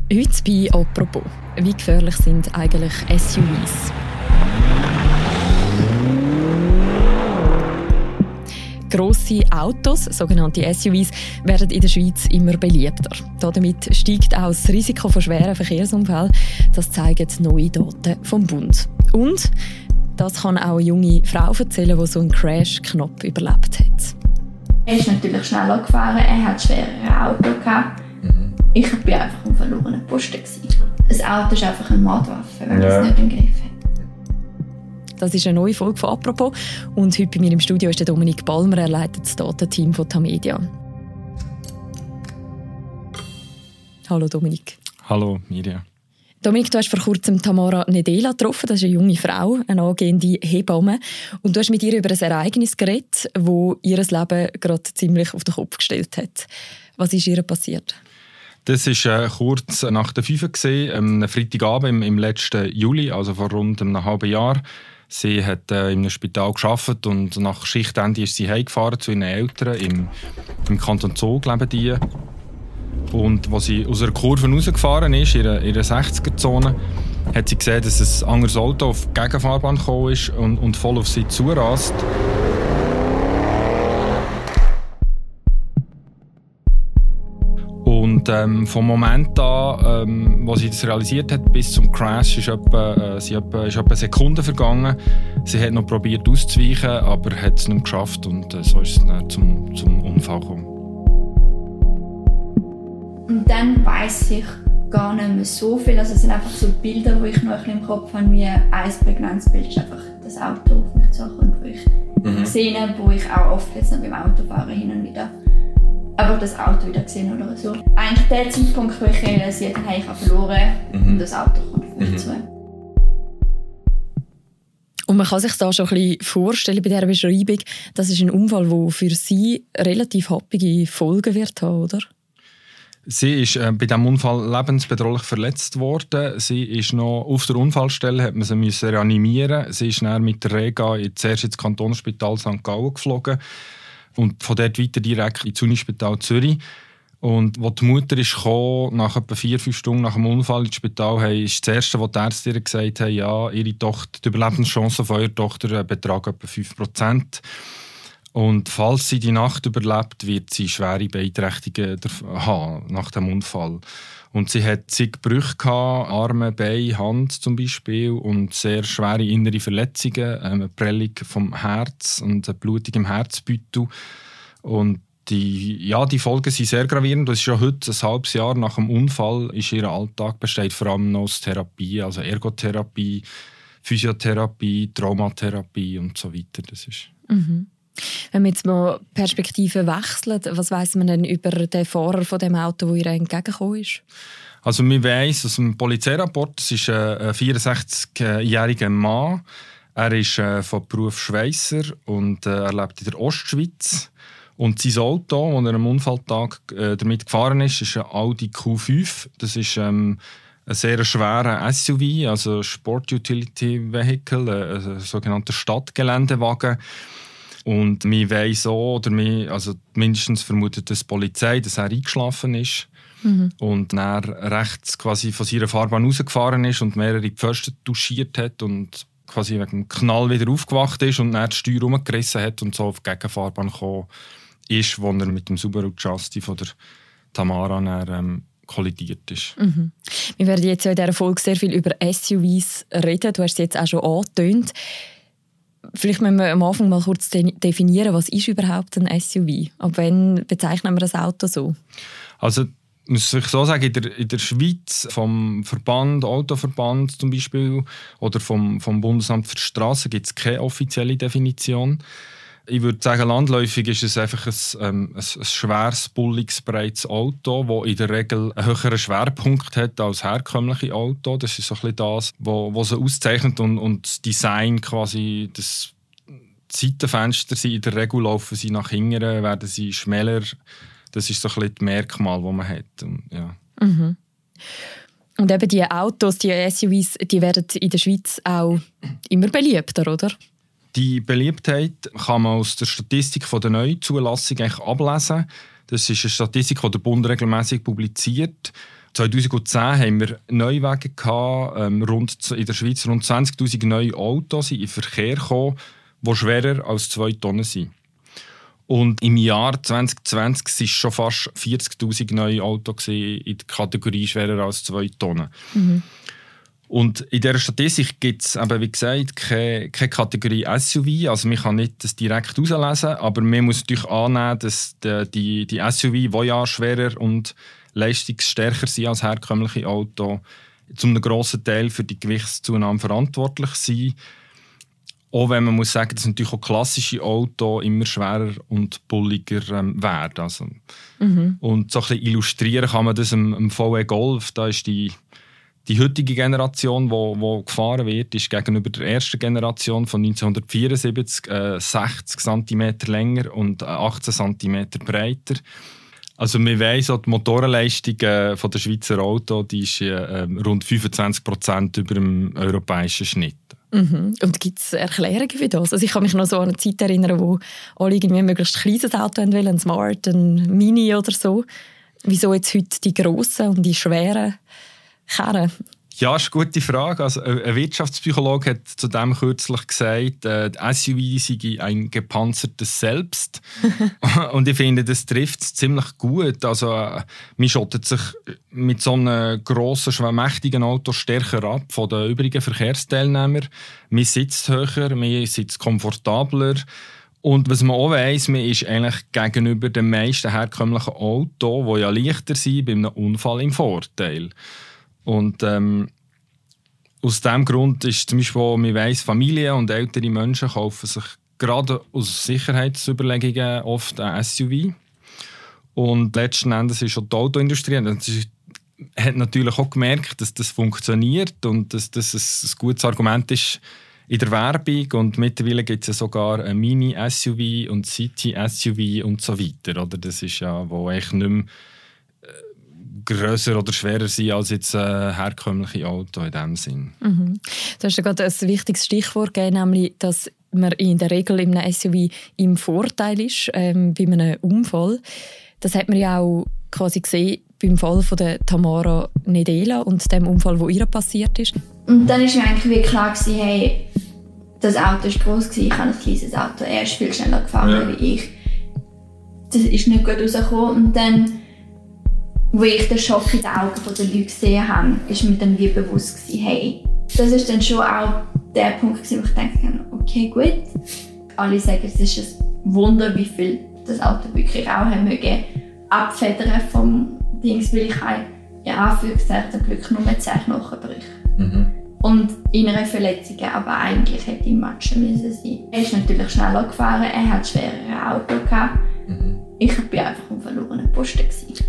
Heute bei «Apropos». Wie gefährlich sind eigentlich SUVs? Grosse Autos, sogenannte SUVs, werden in der Schweiz immer beliebter. Damit steigt auch das Risiko von schweren Verkehrsunfällen. Das zeigen neue Daten vom Bund. Und das kann auch eine junge Frau erzählen, die so einen Crash knapp überlebt hat. Er ist natürlich schneller gefahren, er hat schwerere Auto gehabt. Ich war einfach ein verlorener Posten. Ein Auto ist einfach eine Mordwaffe, wenn man es nicht im Griff hat. Das ist eine neue Folge von «Apropos». Und heute bei mir im Studio ist der Dominik Balmer, er leitet das Datenteam von Tamedia. Hallo Dominik. Hallo Mirja. Dominik, du hast vor kurzem Tamara Nedela getroffen. Das ist eine junge Frau, eine angehende Hebamme. Und du hast mit ihr über ein Ereignis geredet, das ihr Leben gerade ziemlich auf den Kopf gestellt hat. Was ist ihr passiert? Das war kurz nach der 5 am Freitagabend im letzten Juli, also vor rund einem halben Jahr. Sie hat in einem Spital gearbeitet und nach Schichtende ist sie heimgefahren zu ihren Eltern. Im Kanton Zug leben die. Und als sie aus einer Kurve rausgefahren ist, in ihrer 60er-Zone, hat sie gesehen, dass ein anderes Auto auf die Gegenfahrbahn gekommen ist und voll auf sie zurast. Und vom Moment an, wo sie das realisiert hat, bis zum Crash, ist etwa eine Sekunde vergangen. Sie hat noch probiert auszuweichen, aber hat es nicht geschafft und so ist es dann zum Unfall gekommen. Und dann weiss ich gar nicht mehr so viel. Also es sind einfach so Bilder, die ich noch ein bisschen im Kopf habe, wie ein prägnantes Bild ist einfach das Auto auf mich zukommt, wo ich sehe, wo ich auch oft jetzt noch beim Autofahren hin und wieder aber das Auto wieder gesehen oder so. Eigentlich der Zeitpunkt, wo ich realisiert habe, ich habe verloren und das Auto kommt auf mich zu. Und man kann sich da schon ein bisschen vorstellen bei dieser Beschreibung, das ist ein Unfall, der für Sie relativ happige Folgen wird haben, oder? Sie ist bei diesem Unfall lebensbedrohlich verletzt worden. Sie ist noch auf der Unfallstelle, hat man sie reanimieren. Sie ist dann mit der Rega zuerst ins Kantonsspital St. Gallen geflogen und von dort weiter direkt ins Unispital Zürich. Und als die Mutter ist gekommen, nach etwa 4-5 Stunden nach dem Unfall ins Spital, ist das Erste, was die Ärzte ihr gesagt haben, ja, ihre Tochter, die Überlebenschancen von ihrer Tochter betragen etwa 5%. Und falls sie die Nacht überlebt, wird sie schwere Beeinträchtigungen haben nach dem Unfall. Und sie hat zig Brüche gehabt, Arme, Beine, Hand zum Beispiel und sehr schwere innere Verletzungen, eine Prellung vom Herz und eine Blutung im Herzbeutel. Und die Folgen sind sehr gravierend. Das ist ja heute, ein halbes Jahr nach dem Unfall, ist ihr Alltag besteht vor allem noch aus Therapie, also Ergotherapie, Physiotherapie, Traumatherapie und so weiter. Das ist Wenn wir jetzt mal Perspektiven wechseln, was weiss man denn über den Fahrer von dem Auto, der ihr entgegengekommen ist? Also man weiss aus dem Polizeirapport, es ist ein 64-jähriger Mann. Er ist von Beruf Schweisser und er lebt in der Ostschweiz. Und sein Auto, das er am Unfalltag damit gefahren ist ein Audi Q5. Das ist ein sehr schwerer SUV, also Sport Utility Vehicle, ein sogenannter Stadtgeländewagen. Und wir weiss auch, also mindestens vermutet die Polizei, dass er eingeschlafen ist und dann rechts quasi von seiner Fahrbahn rausgefahren ist und mehrere Pfosten touchiert hat und quasi wegen dem Knall wieder aufgewacht ist und dann die Steuer rumgerissen hat und so auf die Gegenfahrbahn gekommen ist, wo er mit dem Subaru Justy von der Tamara dann, kollidiert ist. Wir werden jetzt ja in dieser Folge sehr viel über SUVs reden. Du hast es jetzt auch schon angetönt. Vielleicht müssen wir am Anfang mal kurz definieren, was ist überhaupt ein SUV? Ab wann bezeichnen wir das Auto so? Also, muss ich so sagen, in der Schweiz vom Autoverband zum Beispiel oder vom Bundesamt für die Strassen gibt es keine offizielle Definition. Ich würde sagen, landläufig ist es einfach ein schweres, bulliges, breites Auto, das in der Regel einen höheren Schwerpunkt hat als herkömmliche Auto. Das ist so ein bisschen das, was sie auszeichnet und das Design quasi, das Seitenfenster sind in der Regel laufen sie nach hinten, werden sie schmäler. Das ist so ein bisschen das Merkmal, das man hat. Und, ja. Und eben die Autos, die SUVs, die werden in der Schweiz auch immer beliebter, oder? Die Beliebtheit kann man aus der Statistik von der Neuzulassung ablesen. Das ist eine Statistik, die der Bund regelmäßig publiziert. 2010 haben wir Neuwagen gehabt, in der Schweiz rund 20'000 neue Autos in den Verkehr gekommen, die schwerer als 2 Tonnen sind. Und im Jahr 2020 waren es schon fast 40'000 neue Autos in der Kategorie schwerer als 2 Tonnen. Mhm. Und in dieser Statistik gibt es, wie gesagt, keine Kategorie SUV. Also man kann nicht das direkt herauslesen, aber man muss natürlich annehmen, dass die SUV, die ja schwerer und leistungsstärker sind als herkömmliche Autos, zu einem grossen Teil für die Gewichtszunahme verantwortlich sind. Auch wenn man muss sagen, dass natürlich auch klassische Autos immer schwerer und bulliger werden. Also, und so ein bisschen illustrieren kann man das am VW Golf. Da ist die heutige Generation, die gefahren wird, ist gegenüber der ersten Generation von 1974 60 cm länger und 18 cm breiter. Also man weiss, die Motorenleistung von der Schweizer Autos die ist rund 25% über dem europäischen Schnitt. Mhm. Und gibt es Erklärungen für das? Also ich kann mich noch so an eine Zeit erinnern, wo alle irgendwie ein möglichst kleines Auto wollen, ein Smart, ein Mini oder so. Wieso jetzt heute die grossen und die schweren Karren? Ja, das ist eine gute Frage. Also, ein Wirtschaftspsychologe hat zu dem kürzlich gesagt, die SUV sei ein gepanzertes Selbst. Und ich finde, das trifft es ziemlich gut. Also, man schottet sich mit so einem grossen, mächtigen Auto stärker ab von den übrigen Verkehrsteilnehmern. Man sitzt höher, man sitzt komfortabler. Und was man auch weiss, man ist eigentlich gegenüber den meisten herkömmlichen Autos, die ja leichter sind, bei einem Unfall im Vorteil. Und aus diesem Grund ist zum Beispiel, man weiss, Familien und ältere Menschen kaufen sich gerade aus Sicherheitsüberlegungen oft ein SUV. Und letzten Endes ist auch die Autoindustrie hat natürlich auch gemerkt, dass das funktioniert und dass das ein gutes Argument ist in der Werbung. Und mittlerweile gibt es ja sogar ein Mini-SUV und City-SUV und so weiter. Oder? Das ist ja, wo eigentlich nicht mehr grösser oder schwerer sein als jetzt herkömmliche Auto in diesem Sinn. Mhm. Du hast ja gerade ein wichtiges Stichwort gegeben, nämlich, dass man in der Regel in einem SUV im Vorteil ist, bei einem Unfall. Das hat man ja auch quasi gesehen beim Fall von der Tamara Nedela und dem Unfall, der ihr passiert ist. Und dann war mir eigentlich wie klar, hey, das Auto war gross, ich habe ein kleines Auto, er ist viel schneller gefahren wie ich. Das ist nicht gut rausgekommen. Und dann, wo ich den Schock in den Augen der Leute gesehen habe, ist mir dann wie bewusst gewesen, hey, das ist dann schon auch der Punkt gewesen, wo ich denke, okay, gut. Alle sagen, es ist ein Wunder, wie viel das Auto wirklich auch haben mögen abfedern vom Dings, weil ich habe ja Anführungszeichen zum Glück nur 10 Knochenbrüche. Mhm. Und innere Verletzungen, aber eigentlich hätte ich matchen müssen sein. Er ist natürlich schneller gefahren, er hat schwerere Auto gehabt. Mhm. Ich war einfach am verlorenen Posten gewesen.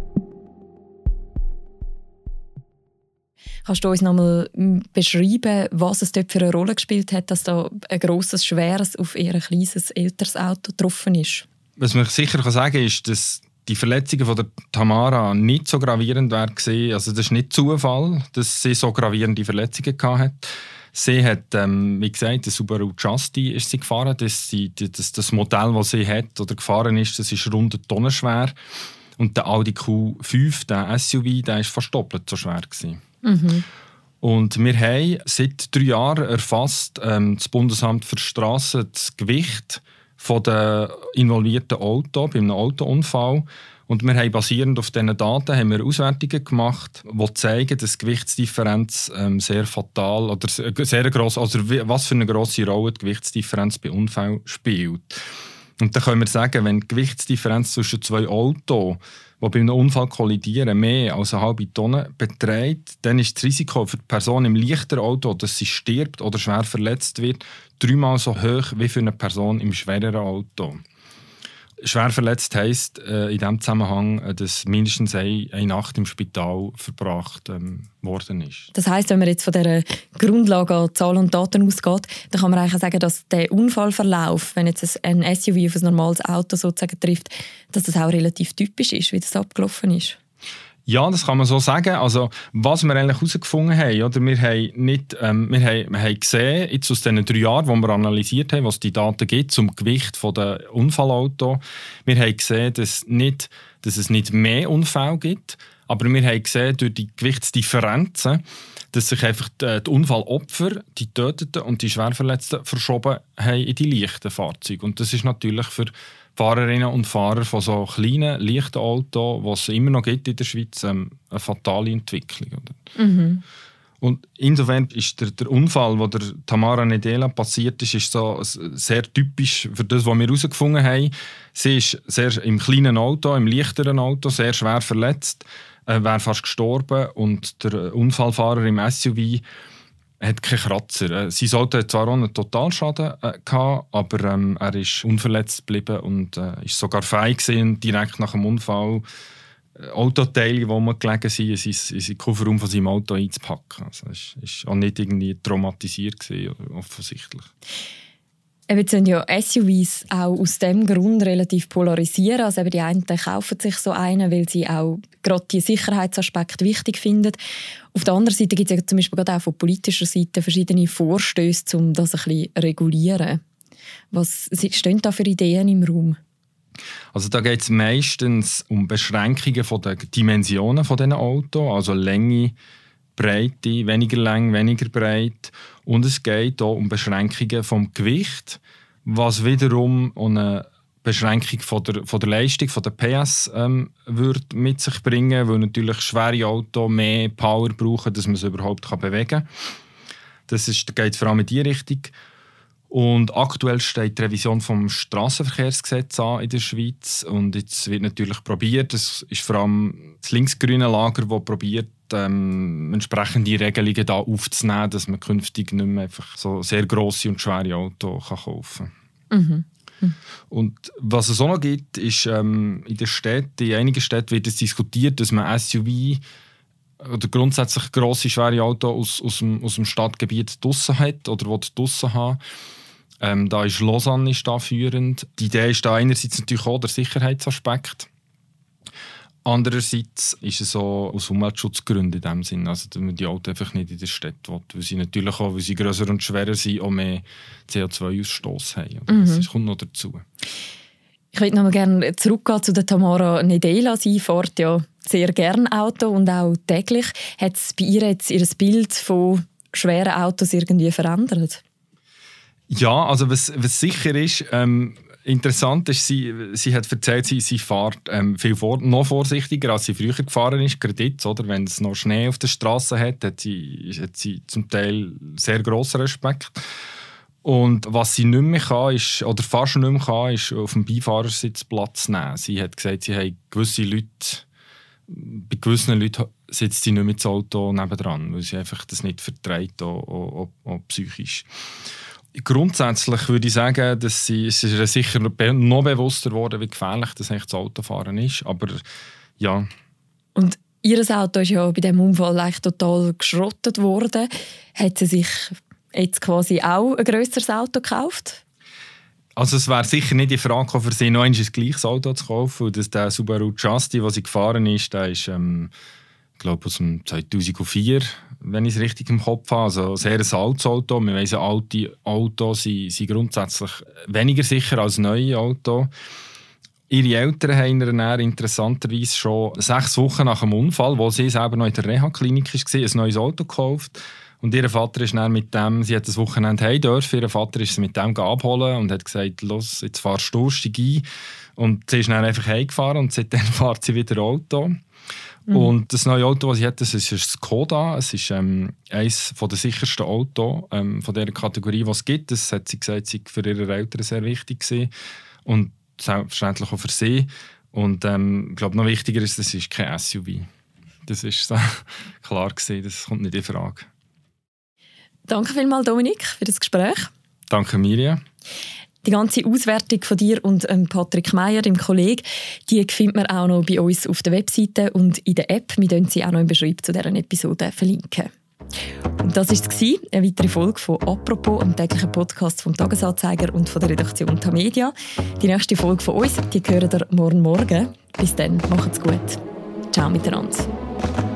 Kannst du uns noch mal beschreiben, was es dort für eine Rolle gespielt hat, dass da ein grosses, schweres auf eher ein kleines, älteres Auto getroffen ist? Was man sicher sagen kann, ist, dass die Verletzungen von der Tamara nicht so gravierend waren. Also das ist nicht Zufall, dass sie so gravierende Verletzungen hatte. Sie hat, wie gesagt, den Subaru Justy ist sie gefahren. Das Modell, das sie hat oder gefahren ist, das ist rund 1 Tonne schwer. Und der Audi Q5, der SUV, der war fast doppelt so schwer gewesen. Mhm. Und wir haben seit 3 Jahren erfasst, das Bundesamt für Strassen das Gewicht von den involvierten Autos bei einem Autounfall. Und wir haben basierend auf diesen Daten haben wir Auswertungen gemacht, die zeigen, dass die Gewichtsdifferenz sehr fatal oder sehr gross, also was für eine grosse Rolle die Gewichtsdifferenz bei Unfällen spielt. Und dann können wir sagen, wenn die Gewichtsdifferenz zwischen 2 Autos, die bei einem Unfall kollidieren, mehr als eine halbe Tonne beträgt, dann ist das Risiko für die Person im leichteren Auto, dass sie stirbt oder schwer verletzt wird, 3-mal so hoch wie für eine Person im schwereren Auto. Schwer verletzt heisst in diesem Zusammenhang, dass mindestens eine Nacht im Spital verbracht worden ist. Das heisst, wenn man jetzt von dieser Grundlage an Zahlen und Daten ausgeht, dann kann man eigentlich sagen, dass der Unfallverlauf, wenn jetzt ein SUV auf ein normales Auto sozusagen trifft, dass das auch relativ typisch ist, wie das abgelaufen ist. Ja, das kann man so sagen. Also, was wir eigentlich herausgefunden haben, oder? Wir haben gesehen, jetzt aus diesen 3 Jahren, wo wir analysiert haben, was die Daten gibt zum Gewicht der Unfallautos, wir haben gesehen, dass es nicht mehr Unfälle gibt, Aber wir haben gesehen, durch die Gewichtsdifferenzen, dass sich einfach die Unfallopfer, die Getöteten und die Schwerverletzten verschoben haben in die leichten Fahrzeuge. Und das ist natürlich für Fahrerinnen und Fahrer von so kleinen, leichten Autos, die es immer noch gibt in der Schweiz, eine fatale Entwicklung. Oder? Mhm. Und insofern ist der Unfall, der der Tamara Nedela passiert ist so sehr typisch für das, was wir herausgefunden haben. Sie ist sehr im kleinen Auto, im leichteren Auto, sehr schwer verletzt, wäre fast gestorben und der Unfallfahrer im SUV hat keinen Kratzer. Sein Auto hat zwar auch einen Totalschaden gehabt, aber er ist unverletzt geblieben und ist sogar fähig gewesen, direkt nach dem Unfall Autoteile, die rumgelegen sind, in den Kofferraum von seinem Auto einzupacken. Also es war auch nicht irgendwie traumatisiert gewesen, offensichtlich. Jetzt sind ja SUVs auch aus diesem Grund relativ polarisieren. Also die einen kaufen sich so einen, weil sie auch gerade die Sicherheitsaspekte wichtig finden. Auf der anderen Seite gibt es ja zum Beispiel gerade auch von politischer Seite verschiedene Vorstöße, um das ein bisschen zu regulieren. Was stehen da für Ideen im Raum? Also da geht es meistens um Beschränkungen von den Dimensionen von diesen Autos, also Länge, Breite, weniger lang, weniger breit. Und es geht auch um Beschränkungen vom Gewicht, was wiederum eine Beschränkung von der Leistung, von der PS wird mit sich bringen, weil natürlich schwere Autos mehr Power brauchen, dass man es überhaupt bewegen kann. Das geht vor allem in diese Richtung. Und aktuell steht die Revision vom Strassenverkehrsgesetz an in der Schweiz. Und jetzt wird natürlich probiert, es ist vor allem das linksgrüne Lager, das probiert, entsprechende Regelungen da aufzunehmen, dass man künftig nicht mehr einfach so sehr grosse und schwere Autos kaufen kann. Mhm. Mhm. Und was es auch noch gibt, ist in einigen Städten wird es diskutiert, dass man SUV oder grundsätzlich grosse, schwere Autos aus dem Stadtgebiet draussen hat oder draussen haben. Da ist Lausanne führend. Die Idee ist da einerseits natürlich auch der Sicherheitsaspekt. Andererseits ist es auch aus Umweltschutzgründen in dem Sinn, also dass man die Autos einfach nicht in der Stadt will, weil sie natürlich auch, weil sie grösser und schwerer sind, auch mehr CO2-Ausstoß haben. Das kommt noch dazu. Ich würde noch mal gerne zurückgehen zu der Tamara Nedela. Sie fährt ja sehr gerne Auto und auch täglich. Hat es bei ihr jetzt ihr Bild von schweren Autos irgendwie verändert? Ja, also was sicher ist, interessant ist, sie hat erzählt, sie fährt noch vorsichtiger, als sie früher gefahren ist. Gerade jetzt, oder? Wenn es noch Schnee auf der Straße hat sie zum Teil sehr grossen Respekt. Und was sie nicht mehr kann, oder fast nicht mehr kann, ist auf dem Beifahrersitz Platz nehmen. Sie hat gesagt, sie haben gewisse Leute, bei gewissen Leuten sitzt sie nicht mehr ins Auto nebendran, weil sie einfach das nicht verträgt, auch psychisch. Grundsätzlich würde ich sagen, dass es ist sicher noch bewusster geworden, wie gefährlich das Autofahren ist. Aber ja. Und ihr Auto ist ja bei diesem Unfall eigentlich total geschrottet worden. Hat sie sich jetzt quasi auch ein grösseres Auto gekauft? Also es wäre sicher nicht die Frage für sie, noch ein gleiches Auto zu kaufen. Und der Subaru Justy, den sie gefahren ist, der ist, ich glaube, aus dem 2004, wenn ich es richtig im Kopf habe. Also sehr ein altes Auto. Wir wissen, alte Autos sind grundsätzlich weniger sicher als neue Autos. Ihre Eltern haben ihr interessanterweise schon 6 Wochen nach dem Unfall, wo sie selber noch in der Reha-Klinik war, ein neues Auto gekauft. Und ihr Vater ist dann mit dem, sie hat das Wochenende heim dürfen, ihr Vater ist sie mit dem abholen und hat gesagt, los, jetzt fahrst du, steig ein. Und sie ist dann einfach heimgefahren und seitdem fährt sie wieder Auto. Und das neue Auto, das sie hat, das ist ein Skoda. Es ist eines der sichersten Autos von dieser Kategorie, die es gibt. Das hat sie gesagt, sei für ihre Eltern sehr wichtig gewesen. Und selbstverständlich auch für sie. Und ich glaube, noch wichtiger ist, das ist kein SUV. Das ist so klar gewesen, das kommt nicht in Frage. Danke vielmals, Dominik, für das Gespräch. Danke, Mirja. Die ganze Auswertung von dir und Patrick Meier, dem Kollegen, die findet man auch noch bei uns auf der Webseite und in der App. Wir verlinken sie auch noch im Beschreibung zu dieser Episode. Und das war es, eine weitere Folge von «Apropos», einem täglichen Podcast vom «Tagesanzeiger» und von der Redaktion Tamedia. Die nächste Folge von uns, die hören ihr morgen. Bis dann, macht's gut. Ciao miteinander.